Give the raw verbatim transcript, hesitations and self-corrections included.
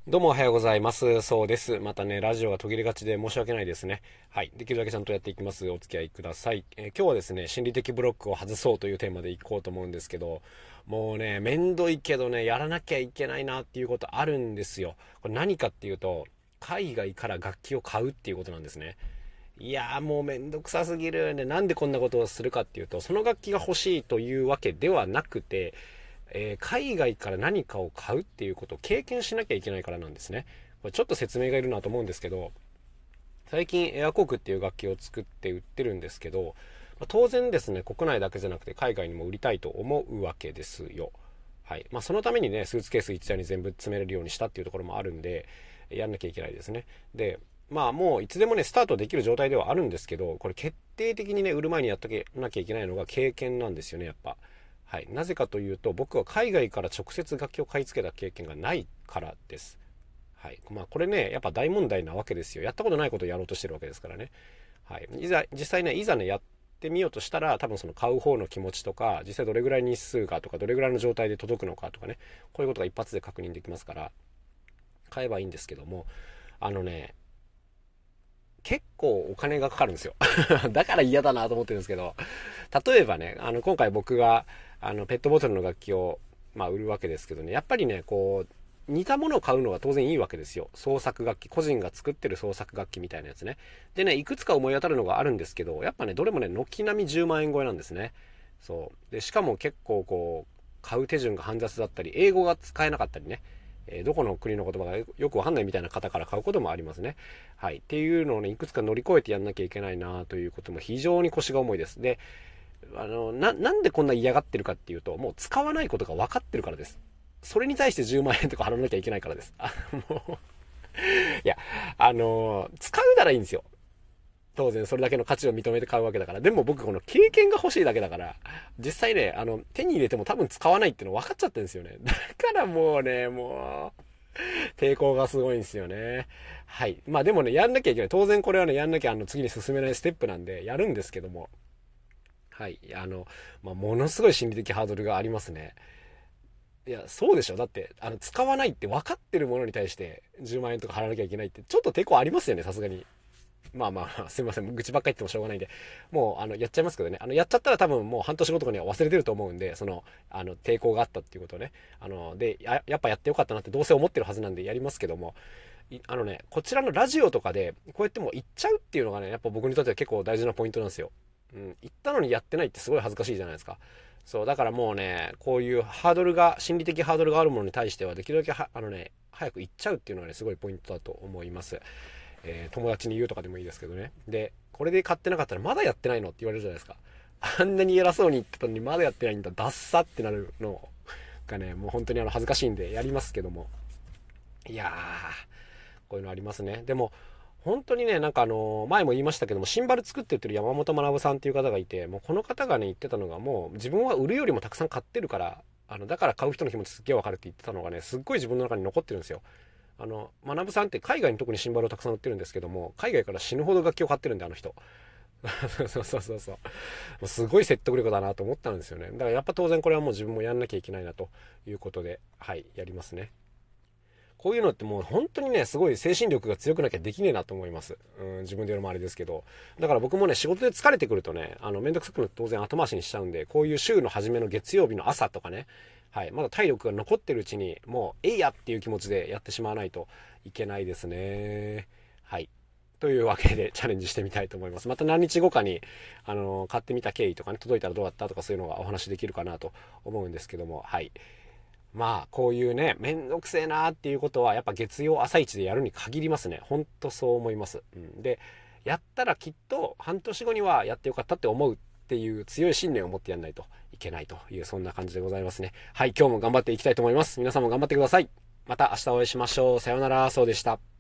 どうもおはようございます。そうです。またね、ラジオが途切れがちで申し訳ないですね。はい。できるだけちゃんとやっていきます。お付き合いください。えー今日はですね、心理的ブロックを外そうというテーマでいこうと思うんですけど、もうね、めんどいけどね、やらなきゃいけないなっていうことあるんですよ。これ何かっていうと、海外から楽器を買うっていうことなんですね。いやーもうめんどくさすぎるね。なんでこんなことをするかっていうと、その楽器が欲しいというわけではなくて、えー海外から何かを買うっていうことを経験しなきゃいけないからなんですね。これちょっと説明がいるなと思うんですけど、最近エアコークっていう楽器を作って売ってるんですけど、当然ですね、国内だけじゃなくて海外にも売りたいと思うわけですよ。はい。まあそのためにね、スーツケース一台に全部詰めれるようにしたっていうところもあるんで、やんなきゃいけないですね。で、まあもういつでもね、スタートできる状態ではあるんですけど、これ決定的にね、売る前にやっとけなきゃいけないのが経験なんですよね、やっぱ。はい。なぜかというと、僕は海外から直接楽器を買い付けた経験がないからです。はい。まあこれね、やっぱ大問題なわけですよ。やったことないことをやろうとしてるわけですからね。はい。いざ、実際ね、いざね、やってみようとしたら、多分その買う方の気持ちとか、実際どれぐらい日数かとか、どれぐらいの状態で届くのかとかね、こういうことが一発で確認できますから、買えばいいんですけども、あのね、結構お金がかかるんですよ。だから嫌だなと思ってるんですけど、例えばね、あの、今回僕が、あの、ペットボトルの楽器を、まあ、売るわけですけどね、やっぱりね、こう、似たものを買うのが当然いいわけですよ。創作楽器、個人が作ってる創作楽器みたいなやつね。でね、いくつか思い当たるのがあるんですけど、やっぱね、どれもね、軒並みじゅうまん円超えなんですね。そう。で、しかも結構こう、買う手順が煩雑だったり、英語が使えなかったりね、えーどこの国の言葉がよくわかんないみたいな方から買うこともありますね。はい。っていうのをね、いくつか乗り越えてやんなきゃいけないなということも非常に腰が重いです。で、あの、な、なんでこんな嫌がってるかっていうと、もう使わないことが分かってるからです。それに対してじゅうまん円とか払わなきゃいけないからです。あもういや、あの使うならいいんですよ。当然それだけの価値を認めて買うわけだから。でも僕この経験が欲しいだけだから、実際ね、あの、手に入れても多分使わないっていうの分かっちゃってるんですよね。だからもうね、もう、抵抗がすごいんですよね。はい。まあでもね、やんなきゃいけない。当然これはね、やんなきゃあの次に進めないステップなんで、やるんですけども、はい。あの、まあ、ものすごい心理的ハードルがありますね。いや、そうでしょ。だって、あの、使わないって分かってるものに対してじゅうまん円とか払わなきゃいけないって、ちょっと抵抗ありますよね、さすがに。まあまあ、すいません。愚痴ばっかり言ってもしょうがないんで、もう、あの、やっちゃいますけどね。あの、やっちゃったら多分もう半年後とかには忘れてると思うんで、その、あの、抵抗があったっていうことをね。あの、で、や、やっぱやってよかったなってどうせ思ってるはずなんでやりますけども、あのね、こちらのラジオとかで、こうやってもう言っちゃうっていうのがね、やっぱ僕にとっては結構大事なポイントなんですよ。うん、言ったのにやってないってすごい恥ずかしいじゃないですか。そう、だからもうね、こういうハードルが、心理的ハードルがあるものに対しては、できるだけは、あのね、早く言っちゃうっていうのがね、すごいポイントだと思います。えー友達に言うとかでもいいですけどね。で、これで買ってなかったらまだやってないのって言われるじゃないですか。あんなに偉そうに言ってたのにまだやってないんだ、ダッサってなるのがね、もう本当にあの恥ずかしいんでやりますけども。いやー、こういうのありますね。でも、本当にね、なんかあの、前も言いましたけども、シンバル作ってってる山本学さんっていう方がいて、もうこの方がね、言ってたのが、もう自分は売るよりもたくさん買ってるから、あの、だから買う人の気持ちすっげえわかるって言ってたのがね、すっごい自分の中に残ってるんですよ。あの、学さんって海外に特にシンバルをたくさん売ってるんですけども、海外から死ぬほど楽器を買ってるんで、あの人。そうそうそうそう。もうすごい説得力だなと思ったんですよね。だからやっぱ当然これはもう自分もやんなきゃいけないなということで、はい、やりますね。こういうのってもう本当にね、すごい精神力が強くなきゃできねえなと思います。うん、自分で言うのもあれですけど。だから僕もね、仕事で疲れてくるとね、あの、めんどくさくなって当然後回しにしちゃうんで、こういう週の初めの月曜日の朝とかね、はい、まだ体力が残ってるうちに、もう、えいやっていう気持ちでやってしまわないといけないですね。はい。というわけでチャレンジしてみたいと思います。また何日後かに、あの、買ってみた経緯とかね、届いたらどうだったとかそういうのがお話できるかなと思うんですけども、はい。まあ、こういうね、めんどくせえなーっていうことは、やっぱ月曜朝一でやるに限りますね。ほんとそう思います。うん、で、やったらきっと半年後にはやってよかったって思うっていう強い信念を持ってやんないといけないという、そんな感じでございますね。はい、今日も頑張っていきたいと思います。皆さんも頑張ってください。また明日お会いしましょう。さようなら、そうでした。